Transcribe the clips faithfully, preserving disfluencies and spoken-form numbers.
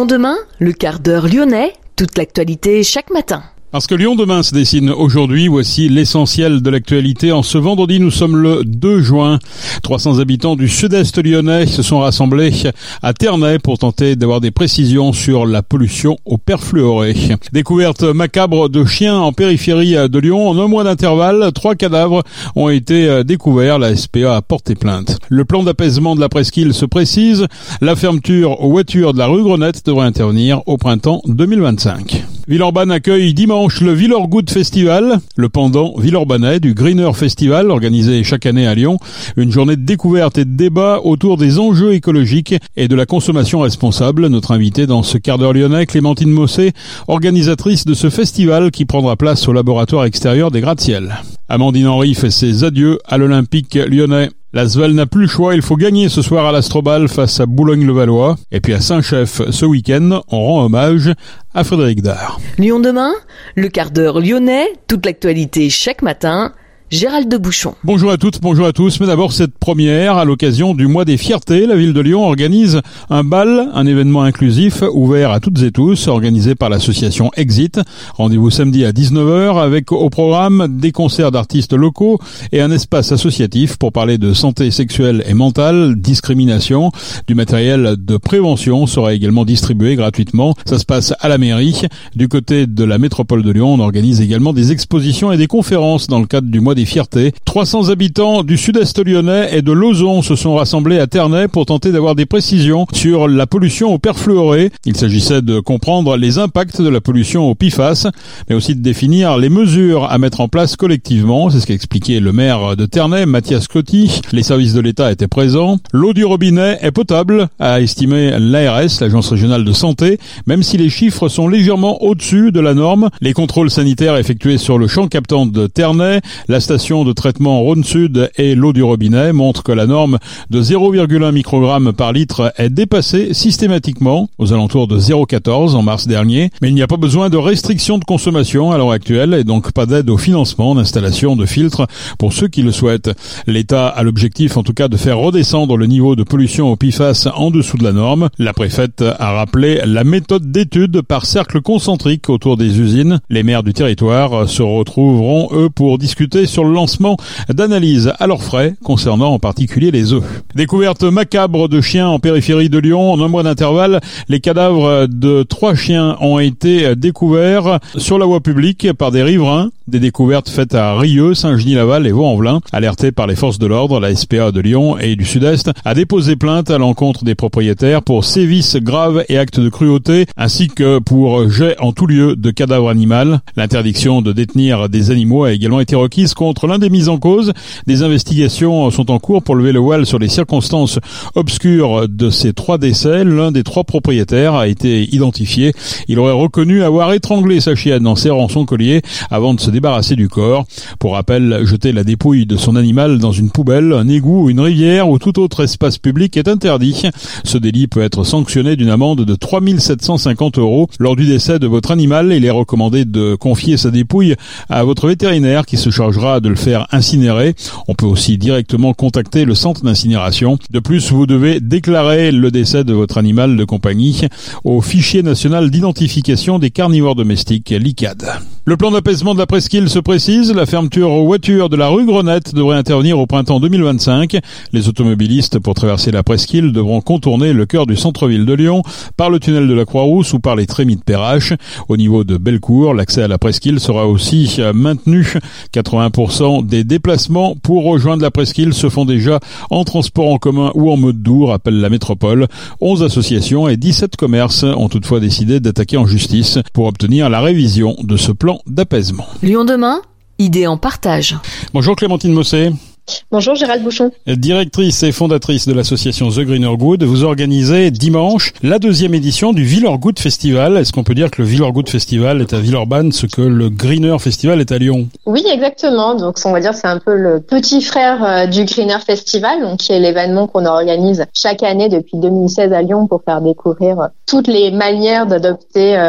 Lyon demain, le quart d'heure lyonnais, toute l'actualité chaque matin. Parce que Lyon demain se dessine aujourd'hui, voici l'essentiel de l'actualité. En ce vendredi, nous sommes le deux juin. trois cents habitants du sud-est lyonnais se sont rassemblés à Ternay pour tenter d'avoir des précisions sur la pollution au perfluoré. Découverte macabre de chiens en périphérie de Lyon. En un mois d'intervalle, trois cadavres ont été découverts. La S P A a porté plainte. Le plan d'apaisement de la presqu'île se précise. La fermeture aux voitures de la rue Grenette devrait intervenir au printemps deux mille vingt-cinq. Villeurbanne accueille dimanche le Villorgood Festival, le pendant villeurbanais du Greener Festival organisé chaque année à Lyon. Une journée de découverte et de débat autour des enjeux écologiques et de la consommation responsable. Notre invitée dans ce quart d'heure lyonnais, Clémentine Mossé, organisatrice de ce festival qui prendra place au laboratoire extérieur des gratte-ciel. Amandine Henry fait ses adieux à l'Olympique lyonnais. L'Asvel n'a plus le choix, il faut gagner ce soir à l'Astrobal face à Boulogne-le-Valois. Et puis à Saint-Chef, ce week-end, on rend hommage à Frédéric Dard. Lyon demain, le quart d'heure lyonnais, toute l'actualité chaque matin. Gérald de Bouchon. Bonjour à toutes, bonjour à tous. Mais d'abord cette première, à l'occasion du mois des fiertés, la ville de Lyon organise un bal, un événement inclusif ouvert à toutes et tous, organisé par l'association Exit. Rendez-vous samedi à dix-neuf heures avec au programme des concerts d'artistes locaux et un espace associatif pour parler de santé sexuelle et mentale, discrimination. Du matériel de prévention sera également distribué gratuitement. Ça se passe à la mairie. Du côté de la métropole de Lyon, on organise également des expositions et des conférences dans le cadre du mois des fiertés. trois cents habitants du sud-est lyonnais et de Lauzon se sont rassemblés à Ternay pour tenter d'avoir des précisions sur la pollution au perfluoré. Il s'agissait de comprendre les impacts de la pollution au P F A S, mais aussi de définir les mesures à mettre en place collectivement. C'est ce qu'a expliqué le maire de Ternay, Mathias Coty. Les services de l'État étaient présents. L'eau du robinet est potable, a estimé l'A R S, l'Agence régionale de santé, même si les chiffres sont légèrement au-dessus de la norme. Les contrôles sanitaires effectués sur le champ captant de Ternay, la station de traitement Rhône-Sud et l'eau du robinet montrent que la norme de zéro virgule un microgramme par litre est dépassée systématiquement aux alentours de zéro virgule quatorze en mars dernier. Mais il n'y a pas besoin de restriction de consommation à l'heure actuelle et donc pas d'aide au financement d'installation de filtres pour ceux qui le souhaitent. L'État a l'objectif en tout cas de faire redescendre le niveau de pollution au P F A S en dessous de la norme. La préfète a rappelé la méthode d'étude par cercle concentrique autour des usines. Les maires du territoire se retrouveront eux pour discuter sur le lancement d'analyses à leurs frais concernant en particulier les œufs. Découverte macabre de chiens en périphérie de Lyon. En un mois d'intervalle, les cadavres de trois chiens ont été découverts sur la voie publique par des riverains. Des découvertes faites à Rieux, Saint-Genis-Laval et Vaux-en-Velin. Alertés par les forces de l'ordre, la S P A de Lyon et du Sud-Est a déposé plainte à l'encontre des propriétaires pour sévices graves et actes de cruauté, ainsi que pour jet en tout lieu de cadavre animal. L'interdiction de détenir des animaux a également été requise contre l'un des mis en cause. Des investigations sont en cours pour lever le voile sur les circonstances obscures de ces trois décès. L'un des trois propriétaires a été identifié. Il aurait reconnu avoir étranglé sa chienne en serrant son collier avant de se débarrasser du corps. Pour rappel, jeter la dépouille de son animal dans une poubelle, un égout, une rivière ou tout autre espace public est interdit. Ce délit peut être sanctionné d'une amende de trois mille sept cent cinquante euros. Lors du décès de votre animal, il est recommandé de confier sa dépouille à votre vétérinaire qui se chargera de le faire incinérer. On peut aussi directement contacter le centre d'incinération. De plus, vous devez déclarer le décès de votre animal de compagnie au fichier national d'identification des carnivores domestiques, l'I C A D. Le plan d'apaisement de la presqu'île se précise. La fermeture aux voitures de la rue Grenette devrait intervenir au printemps deux mille vingt-cinq. Les automobilistes, pour traverser la presqu'île, devront contourner le cœur du centre-ville de Lyon par le tunnel de la Croix-Rousse ou par les trémies de Perrache. Au niveau de Bellecour, l'accès à la presqu'île sera aussi maintenu. quatre-vingts pour cent des déplacements pour rejoindre la presqu'île se font déjà en transport en commun ou en mode doux, rappelle la métropole. onze associations et dix-sept commerces ont toutefois décidé d'attaquer en justice pour obtenir la révision de ce plan d'apaisement. Lyon demain, idée en partage. Bonjour Clémentine Mossé. Bonjour Gérald Bouchon. Directrice et fondatrice de l'association The Greener Good, vous organisez dimanche la deuxième édition du Villorgood Festival. Est-ce qu'on peut dire que le Villorgood Festival est à Villeurbanne ce que le Greener Festival est à Lyon? Oui, exactement. Donc on va dire c'est un peu le petit frère euh, du Greener Festival, donc qui est l'événement qu'on organise chaque année depuis deux mille seize à Lyon pour faire découvrir toutes les manières d'adopter euh,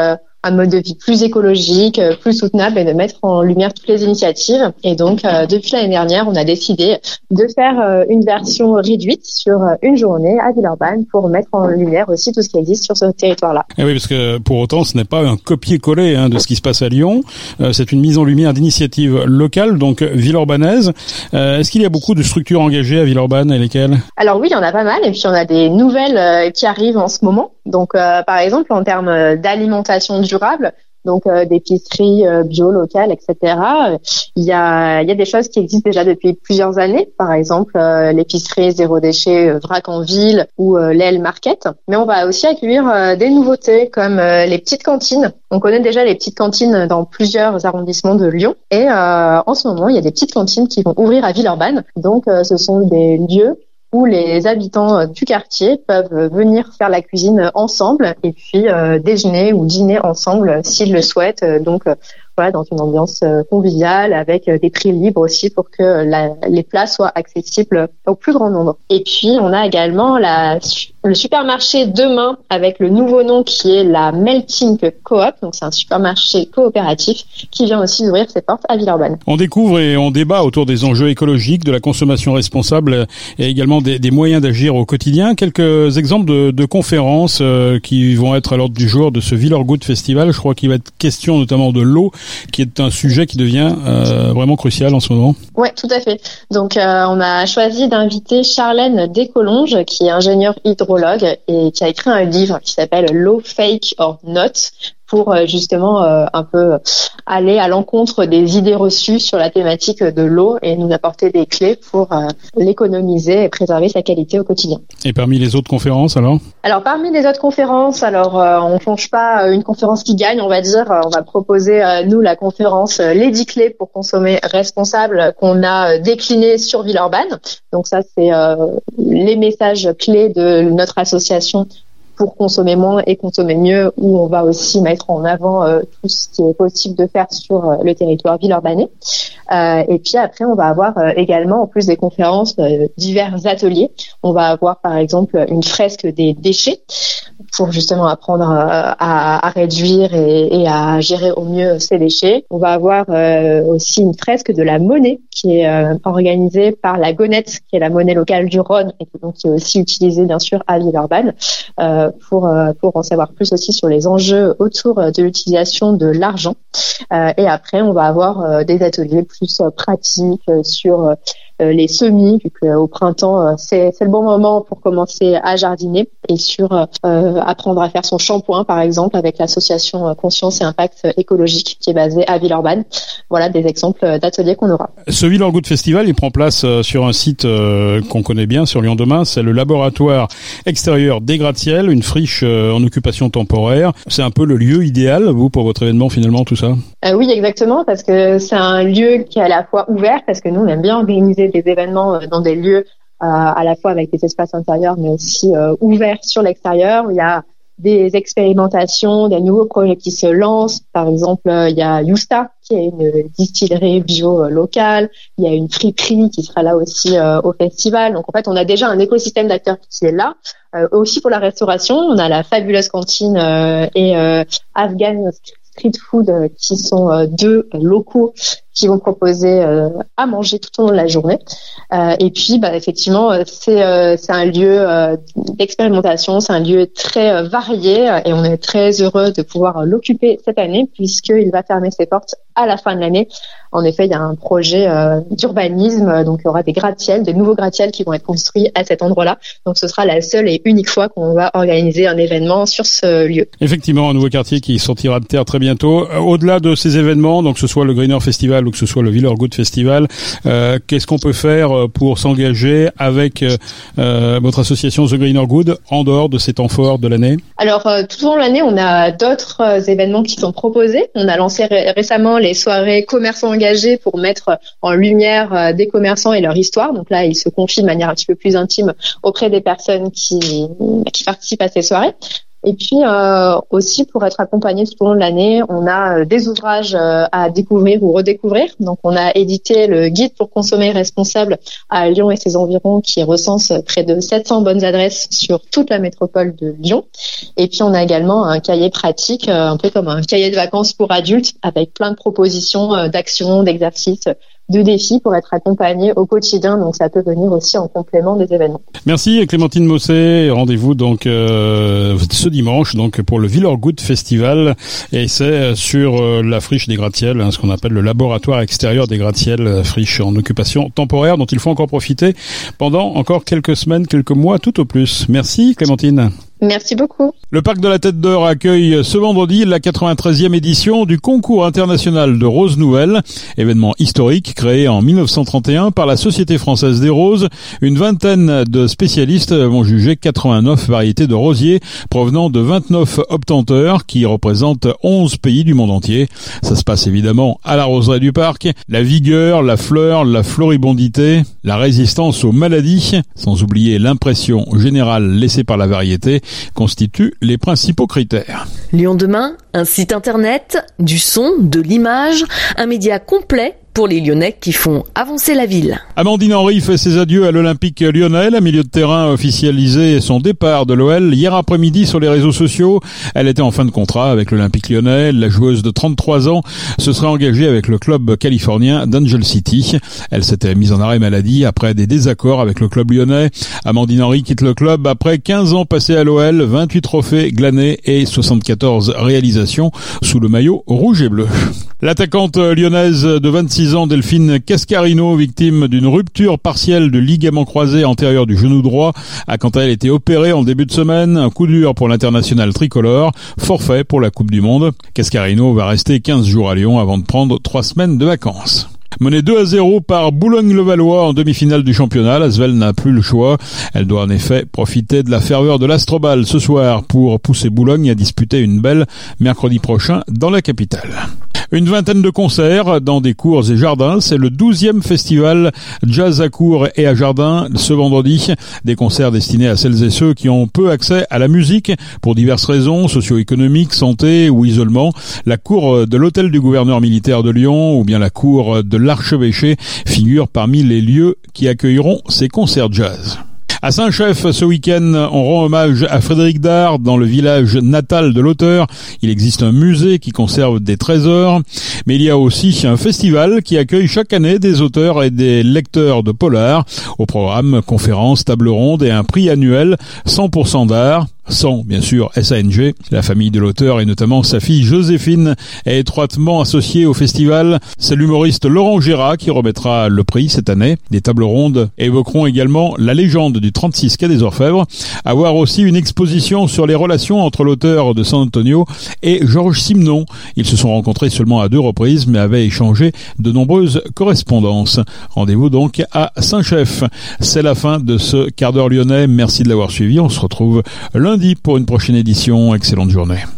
un mode de vie plus écologique, plus soutenable et de mettre en lumière toutes les initiatives. Et donc, euh, depuis l'année dernière, on a décidé de faire euh, une version réduite sur une journée à Villeurbanne pour mettre en lumière aussi tout ce qui existe sur ce territoire-là. Et oui, parce que pour autant, ce n'est pas un copier-coller hein, de ce qui se passe à Lyon. Euh, c'est une mise en lumière d'initiatives locales, donc villeurbanaises. Euh, est-ce qu'il y a beaucoup de structures engagées à Villeurbanne et lesquelles ? Alors oui, il y en a pas mal. Et puis, on a des nouvelles euh, qui arrivent en ce moment. Donc, euh, par exemple, en termes d'alimentation durable, donc euh, d'épicerie euh, bio, locale, et cetera. Il y a, il y a des choses qui existent déjà depuis plusieurs années. Par exemple, euh, l'épicerie zéro déchet euh, Vrac en ville ou euh, l'Aile Market. Mais on va aussi accueillir euh, des nouveautés comme euh, les petites cantines. On connaît déjà les petites cantines dans plusieurs arrondissements de Lyon. Et euh, en ce moment, il y a des petites cantines qui vont ouvrir à Villeurbanne. Donc, euh, ce sont des lieux où les habitants du quartier peuvent venir faire la cuisine ensemble et puis euh, déjeuner ou dîner ensemble s'ils le souhaitent. Donc euh, voilà, dans une ambiance euh, conviviale avec euh, des prix libres aussi pour que la, les plats soient accessibles au plus grand nombre. Et puis on a également la, le supermarché demain avec le nouveau nom qui est la Melting Coop. Donc c'est un supermarché coopératif qui vient aussi d'ouvrir ses portes à Villeurbanne. On découvre et on débat autour des enjeux écologiques, de la consommation responsable et également des, des moyens d'agir au quotidien. Quelques exemples de, de conférences euh, qui vont être à l'ordre du jour de ce Villeurgood Festival. Je crois qu'il va être question notamment de l'eau, qui est un sujet qui devient euh, vraiment crucial en ce moment. Ouais, tout à fait. Donc, euh, on a choisi d'inviter Charlène Descolonges, qui est ingénieure hydrologue et qui a écrit un livre qui s'appelle L'eau fake or not, pour euh, justement euh, un peu aller à l'encontre des idées reçues sur la thématique de l'eau et nous apporter des clés pour euh, l'économiser et préserver sa qualité au quotidien. Et parmi les autres conférences alors ? Alors parmi les autres conférences, alors euh, on ne change pas une conférence qui gagne, on va dire. On va proposer euh, nous la conférence euh, les dix clés pour consommer responsable qu'on a déclinée sur Villeurbanne. Donc ça c'est euh, les messages clés de notre association pour consommer moins et consommer mieux, où on va aussi mettre en avant euh, tout ce qui est possible de faire sur euh, le territoire villeurbanais. Euh, et puis après, on va avoir euh, également, en plus des conférences, euh, divers ateliers. On va avoir par exemple une fresque des déchets pour justement apprendre euh, à, à réduire et, et à gérer au mieux ces déchets. On va avoir euh, aussi une fresque de la monnaie qui est euh, organisée par la Gonette, qui est la monnaie locale du Rhône et qui, donc, qui est aussi utilisée bien sûr à Villeurbanne. Euh, pour euh, pour en savoir plus aussi sur les enjeux autour de l'utilisation de l'argent. Euh, et après, on va avoir euh, des ateliers plus euh, pratiques euh, sur euh, les semis, vu qu'au printemps, euh, c'est c'est le bon moment pour commencer à jardiner, et sur euh, apprendre à faire son shampoing, par exemple, avec l'association Conscience et Impact écologique qui est basée à Villeurbanne. Voilà des exemples d'ateliers qu'on aura. Ce Villeurgood Festival, il prend place sur un site euh, qu'on connaît bien sur Lyon Demain, c'est le laboratoire extérieur des gratte-ciel, une friche euh, en occupation temporaire. C'est un peu le lieu idéal, vous, pour votre événement finalement, tout ça ? Euh, oui, exactement, parce que c'est un lieu qui est à la fois ouvert, parce que nous, on aime bien organiser des événements dans des lieux euh, à la fois avec des espaces intérieurs, mais aussi euh, ouverts sur l'extérieur. Il y a des expérimentations, des nouveaux projets qui se lancent. Par exemple, euh, il y a Yousta, qui est une distillerie bio euh, locale. Il y a une friperie qui sera là aussi euh, au festival. Donc, en fait, on a déjà un écosystème d'acteurs qui est là. Euh, aussi pour la restauration, on a la fabuleuse cantine euh, et euh, Afghan Street Food euh, qui sont euh, deux locaux qui vont proposer euh, à manger tout au long de la journée. Euh, et puis, bah, effectivement, c'est euh, c'est un lieu euh, d'expérimentation, c'est un lieu très euh, varié et on est très heureux de pouvoir l'occuper cette année puisqu'il va fermer ses portes à la fin de l'année. En effet, il y a un projet euh, d'urbanisme, donc il y aura des gratte-ciels, des nouveaux gratte-ciels qui vont être construits à cet endroit-là. Donc ce sera la seule et unique fois qu'on va organiser un événement sur ce lieu. Effectivement, un nouveau quartier qui sortira de terre très bientôt. Au-delà de ces événements, donc que ce soit le Greener Festival ou que ce soit le Villeurgood Festival, euh, qu'est-ce qu'on peut faire pour s'engager avec euh, votre association The Greener Good en dehors de ces temps forts de l'année ? Alors euh, tout au long de l'année, on a d'autres euh, événements qui sont proposés. On a lancé ré- récemment les soirées commerçants engagés pour mettre en lumière euh, des commerçants et leur histoire. Donc là, ils se confient de manière un petit peu plus intime auprès des personnes qui, qui participent à ces soirées. Et puis euh, aussi pour être accompagné tout au long de l'année, on a euh, des ouvrages euh, à découvrir ou redécouvrir. Donc on a édité le guide pour consommer responsable à Lyon et ses environs qui recense près de sept cents bonnes adresses sur toute la métropole de Lyon. Et puis on a également un cahier pratique, euh, un peu comme un cahier de vacances pour adultes avec plein de propositions euh, d'actions, d'exercices, de défis pour être accompagné au quotidien. Donc ça peut venir aussi en complément des événements. Merci Clémentine Mosset. Rendez-vous donc euh, ce dimanche donc pour le Villorgout Festival et c'est sur euh, la friche des gratte-ciels, hein, ce qu'on appelle le laboratoire extérieur des gratte-ciels, euh, friche en occupation temporaire dont il faut encore profiter pendant encore quelques semaines, quelques mois tout au plus. Merci Clémentine. Merci beaucoup. Le Parc de la Tête d'Or accueille ce vendredi la quatre-vingt-treizième édition du concours international de roses nouvelles, événement historique créé en mille neuf cent trente et un par la Société française des roses. Une vingtaine de spécialistes vont juger quatre-vingt-neuf variétés de rosiers provenant de vingt-neuf obtenteurs qui représentent onze pays du monde entier. Ça se passe évidemment à la roseraie du parc. La vigueur, la fleur, la floribondité, la résistance aux maladies, sans oublier l'impression générale laissée par la variété, constituent les principaux critères. Lyon demain, un site internet, du son, de l'image, un média complet pour les Lyonnais qui font avancer la ville. Amandine Henry fait ses adieux à l'Olympique lyonnais. La milieu de terrain a officialisé son départ de l'O L hier après-midi sur les réseaux sociaux. Elle était en fin de contrat avec l'Olympique lyonnais. La joueuse de trente-trois ans se serait engagée avec le club californien d'Angel City. Elle s'était mise en arrêt maladie après des désaccords avec le club lyonnais. Amandine Henry quitte le club après quinze ans passés à l'O L, vingt-huit trophées glanés et soixante-quatorze réalisations sous le maillot rouge et bleu. L'attaquante lyonnaise de vingt-six ans, Delphine Cascarino, victime d'une rupture partielle du ligament croisé antérieur du genou droit, a quant à elle été opérée en début de semaine. Un coup dur pour l'international tricolore, forfait pour la Coupe du Monde. Cascarino va rester quinze jours à Lyon avant de prendre trois semaines de vacances. Menée deux à zéro par Boulogne-le-Valois en demi-finale du championnat, l'Asvel n'a plus le choix. Elle doit en effet profiter de la ferveur de l'Astrobal ce soir pour pousser Boulogne à disputer une belle mercredi prochain dans la capitale. Une vingtaine de concerts dans des cours et jardins. C'est le douzième festival Jazz à cours et à jardin ce vendredi. Des concerts destinés à celles et ceux qui ont peu accès à la musique pour diverses raisons, socio-économiques, santé ou isolement. La cour de l'hôtel du gouverneur militaire de Lyon ou bien la cour de l'archevêché figurent parmi les lieux qui accueilleront ces concerts jazz. À Saint-Chef, ce week-end, on rend hommage à Frédéric Dard dans le village natal de l'auteur. Il existe un musée qui conserve des trésors, mais il y a aussi un festival qui accueille chaque année des auteurs et des lecteurs de polar. Au programme, conférences, tables rondes et un prix annuel cent pour cent d'art. Sans, bien sûr, S A N G. La famille de l'auteur et notamment sa fille Joséphine est étroitement associée au festival. C'est l'humoriste Laurent Gérard qui remettra le prix cette année. Des tables rondes évoqueront également la légende du trente-six quai des Orfèvres. À voir aussi une exposition sur les relations entre l'auteur de San Antonio et Georges Simenon. Ils se sont rencontrés seulement à deux reprises mais avaient échangé de nombreuses correspondances. Rendez-vous donc à Saint-Chef. C'est la fin de ce quart d'heure lyonnais. Merci de l'avoir suivi. On se retrouve lundi pour une prochaine édition. Excellente journée.